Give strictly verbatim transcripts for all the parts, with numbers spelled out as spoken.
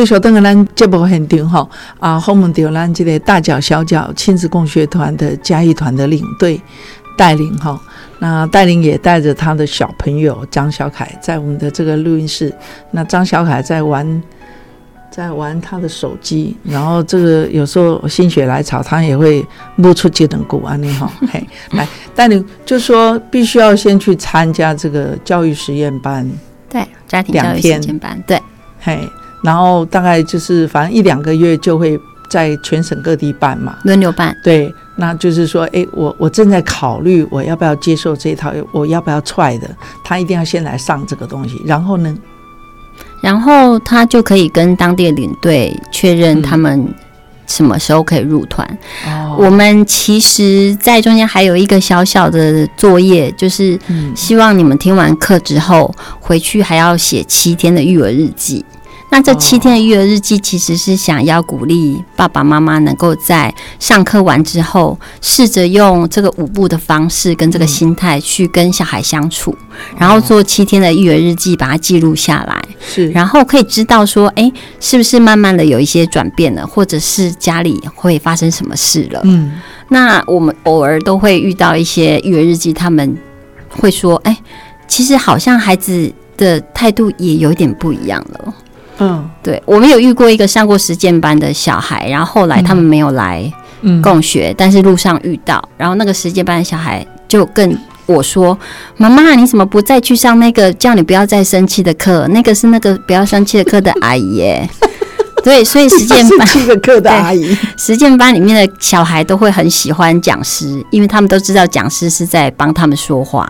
继续回到咱节目现场哈啊，访问到咱这个大脚小脚亲子共学团的嘉义团的领队带领哈，那带领也带着他的小朋友张小凯在我们的这个录音室，那张小凯在玩在玩他的手机，然后这个有时候心血来潮，他也会摸出几等鼓安尼哈，嘿，来带领就说必须要先去参加这个教育实验班， 对，家庭教育实验班，对， 嘿，然后大概就是反正一两个月就会在全省各地办嘛， 轮流办， 对，那就是说，哎，我我正在考虑我要不要接受这一套，我要不要踹的，他一定要先来上这个东西，然后呢？ 然后他就可以跟当地的领队确认他们什么时候可以入团。嗯、我们其实在中间还有一个小小的作业，就是希望你们听完课之后回去还要写七天的育儿日记。那这七天的育儿日记其实是想要鼓励爸爸妈妈能够在上课完之后，试着用这个五步的方式跟这个心态去跟小孩相处，然后做七天的育儿日记，把它记录下来，是，然后可以知道说，哎，是不是慢慢的有一些转变了，或者是家里会发生什么事了？嗯，那我们偶尔都会遇到一些育儿日记，他们会说，哎，其实好像孩子的态度也有点不一样了。嗯，对，我们有遇过一个上过实践班的小孩，然后后来他们没有来共学，嗯、但是路上遇到，然后那个实践班的小孩就跟我说：“妈妈，你怎么不再去上那个叫你不要再生气的课？那个是那个不要生气的课的阿姨耶。”对，所以实践班这个课的阿姨， 实践班里面的小孩都会很喜欢讲师，因为他们都知道讲师是在帮他们说话。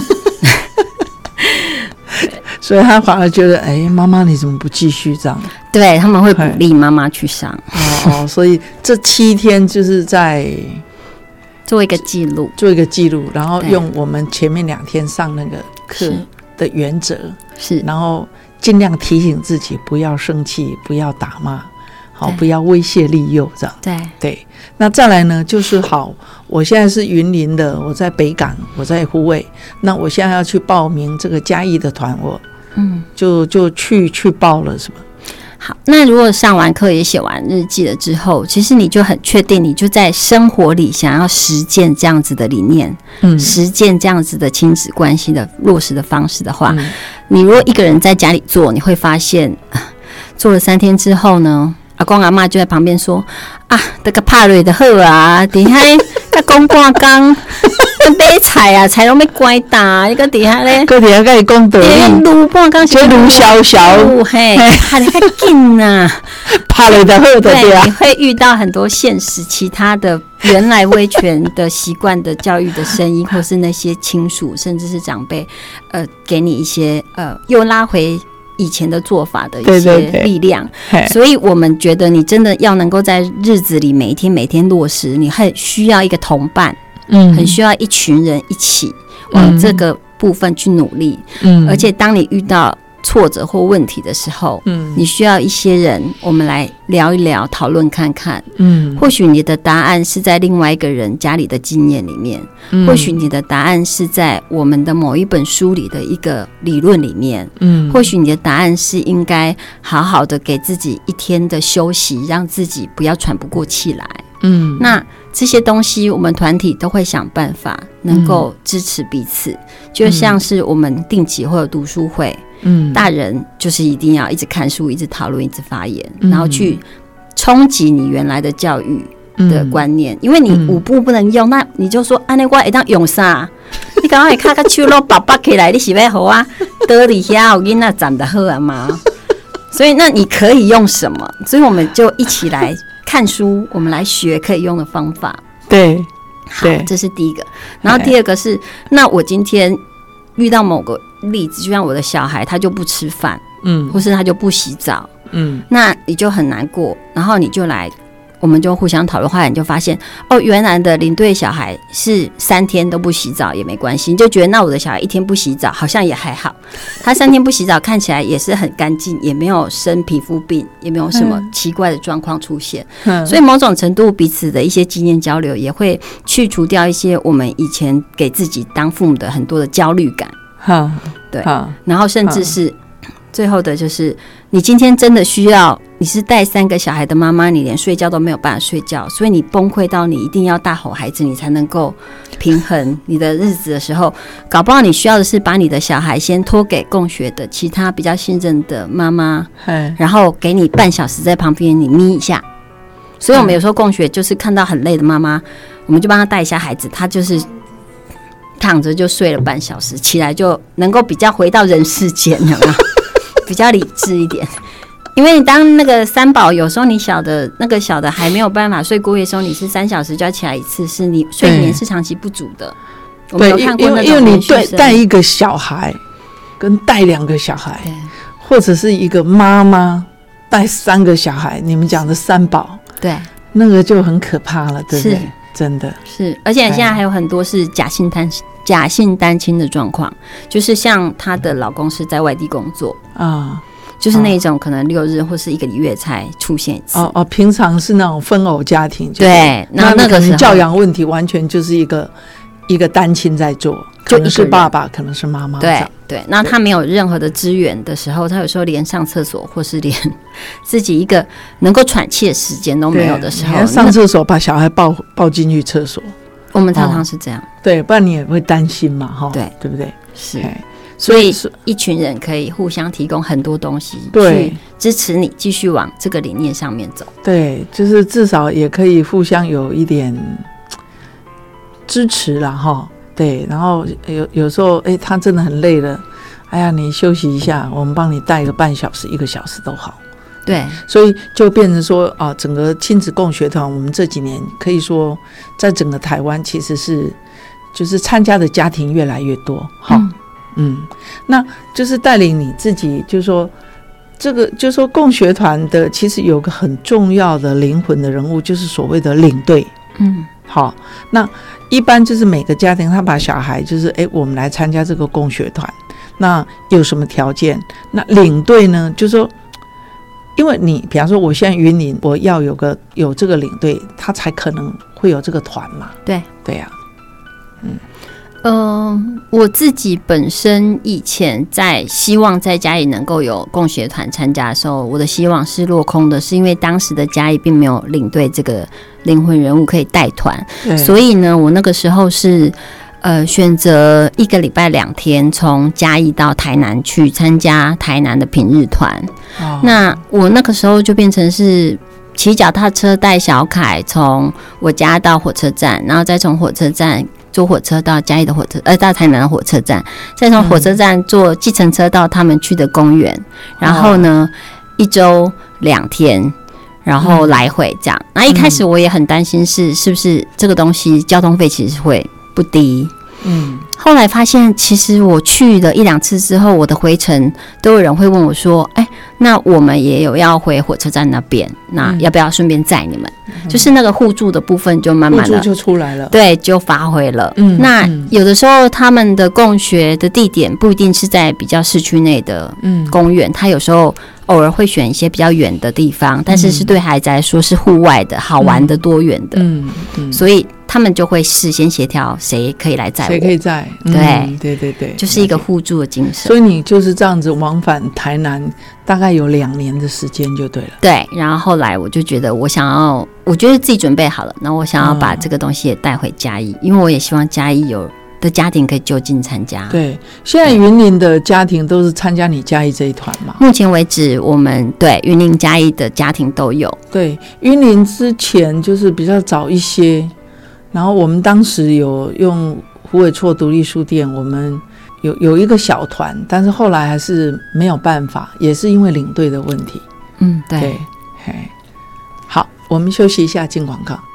所以他反而觉得，哎，妈妈你怎么不继续这样？ 对，他们会鼓励妈妈去上。 哦，所以这七天就是在做一个记录， 做一个记录，然后用我们前面两天上那个课的原则，是，然后尽量提醒自己不要生气，不要打骂，好，不要威胁利诱，这样。对对。那再来呢，就是好，我现在是云林的，我在北港，我在虎尾，那我现在要去报名这个嘉义的团，我嗯，就就去去报了，是吧？ 好，那如果上完课也写完日记了之后，其实你就很确定，你就在生活里想要实践这样子的理念，嗯，实践这样子的亲子关系的落实的方式的话，嗯、你如果一个人在家里做，你会发现，做了三天之后呢，阿公阿嬷就在旁边说：“啊，这个拍落就好啊，底下在公半工。”买菜啊，菜拢要关大，你个底下咧， 个底下跟你讲道理， 撸半工就撸小小， 嘿，拍得太紧呐， 拍了的好的对啊。 你会遇到很多现实其他的原来威权的习惯的教育的声音，或是那些亲属甚至是长辈，呃，给你一些呃，又拉回以前的做法的一些力量，对对对，所以我们觉得你真的要能够在日子里每一天每天落实，你很需要一个同伴。嗯，很需要一群人一起往这个部分去努力。嗯，而且当你遇到挫折或问题的时候，嗯，你需要一些人，我们来聊一聊，讨论看看。嗯，或许你的答案是在另外一个人家里的经验里面，嗯、或许你的答案是在我们的某一本书里的一个理论里面。嗯，或许你的答案是应该好好的给自己一天的休息，让自己不要喘不过气来。嗯，那这些东西我们团体都会想办法能够支持彼此，嗯、就像是我们定期会有读书会，嗯，大人就是一定要一直看书，一直讨论，一直发言，嗯、然后去冲击你原来的教育的观念，嗯、因为你五步不能用，那你就说安尼我会当用啥？你刚刚会卡个手落拔拔起来，你是要好啊？得里遐有囡仔站得好啊嘛？所以那你可以用什么？所以我们就一起来看书，我们来学可以用的方法。 对， 好，这是第一个。然后第二个是，那我今天遇到某个例子，就像我的小孩，他就不吃饭，嗯，或是他就不洗澡，嗯，那你就很难过，然后你就来。我们就互相讨论，后来你就发现哦，原来的领队小孩是三天都不洗澡也没关系，你就觉得那我的小孩一天不洗澡好像也还好，他三天不洗澡看起来也是很干净，也没有生皮肤病，也没有什么奇怪的状况出现，嗯、所以某种程度彼此的一些经验交流也会去除掉一些我们以前给自己当父母的很多的焦虑感，嗯、对，然后甚至是最后的就是你今天真的需要你是带三个小孩的妈妈，你连睡觉都没有办法睡觉，所以你崩溃到你一定要大吼孩子，你才能够平衡你的日子的时候，搞不好你需要的是把你的小孩先托给共学的其他比较信任的妈妈，然后给你半小时在旁边你眯一下。所以我们有时候共学就是看到很累的妈妈，我们就帮她带一下孩子，她就是躺着就睡了半小时，起来就能够比较回到人世间，有没有？比较理智一点。因为你当那个三宝，有时候你小的那个小的还没有办法睡过夜的时候，你是三小时就要起来一次，是你睡眠是长期不足的。我们有看过那种， 因为因为你带带一个小孩跟带两个小孩，或者是一个妈妈带三个小孩，你们讲的三宝， 对， 那个就很可怕了，对不对？真的是，而且现在还有很多是假性单假性单亲的状况，就是像她的老公是在外地工作啊。就是那种可能六日或是一个月才出现一次哦哦，平常是那种分偶家庭，就是、 对，那那个时候教养问题完全就是一个一个单亲在做，可能是爸爸，可能是妈妈， 对对。那他没有任何的资源的时候，他有时候连上厕所或是连自己一个能够喘气的时间都没有的时候， 上厕所把小孩抱抱进去厕所， 我们常常是这样，哦、 对，不然你也会担心嘛，哈， 对对不对？ 是。所以一群人可以互相提供很多东西，去支持你继续往这个理念上面走。 对，就是至少也可以互相有一点支持啦，哈。对，然后有有时候，哎，他真的很累了，哎呀，你休息一下，我们帮你带个半小时、一个小时都好。 对， 所以就变成说啊，整个亲子共学团，我们这几年可以说，在整个台湾其实是就是参加的家庭越来越多，哈。嗯嗯，那就是带领你自己，就是说，这个就是说共学团的，其实有个很重要的灵魂的人物，就是所谓的领队。嗯，好，那一般就是每个家庭他把小孩，就是哎，我们来参加这个共学团，那有什么条件？那领队呢，就是说，因为你比方说，我现在云林，我要有个有这个领队，他才可能会有这个团嘛。 对， 对呀、啊，嗯。 呃，我自己本身以前在希望在嘉义能够有共学团参加的时候，我的希望是落空的，是因为当时的嘉义并没有领队这个灵魂人物可以带团，所以呢，我那个时候是呃选择一个礼拜两天从嘉义到台南去参加台南的平日团。哦、那我那个时候就变成是骑脚踏车带小凯从我家到火车站，然后再从火车站坐火车到嘉义的火车，呃，到台南的火车站，再从火车站坐计程车到他们去的公园，嗯、然后呢，一周两天，然后来回这样。那、嗯、一开始我也很担心是是不是这个东西交通费其实会不低，嗯，后来发现其实我去了一两次之后，我的回程都有人会问我说，哎，那我们也有要回火车站那边，那要不要顺便载你们？嗯、就是那个互助的部分就慢慢的互助就出来了， 对，就发挥了。嗯，那有的时候他们的共学的地点不一定是在比较市区内的公园，他有时候偶尔会选一些比较远的地方，但是是对孩子来说是户外的、好玩的、多元的。嗯嗯，所以他们就会事先协调谁可以来载我， 谁可以载。 对、 嗯、对对对， 就是一个互助的精神。 所以你就是这样子往返台南，大概有两年的时间就对了。 对，然后后来我就觉得我想要，我觉得自己准备好了，然后我想要把这个东西也带回嘉义，因为我也希望嘉义有的家庭可以就近参加。 对，现在云林的家庭都是参加你嘉义这一团嘛？ 目前为止，我们对云林嘉义的家庭都有。 对，云林之前就是比较早一些，然后我们当时有用虎尾厝独立书店，我们有有一个小团，但是后来还是没有办法，也是因为领队的问题。 嗯，对。 对，好，我们休息一下，进广告。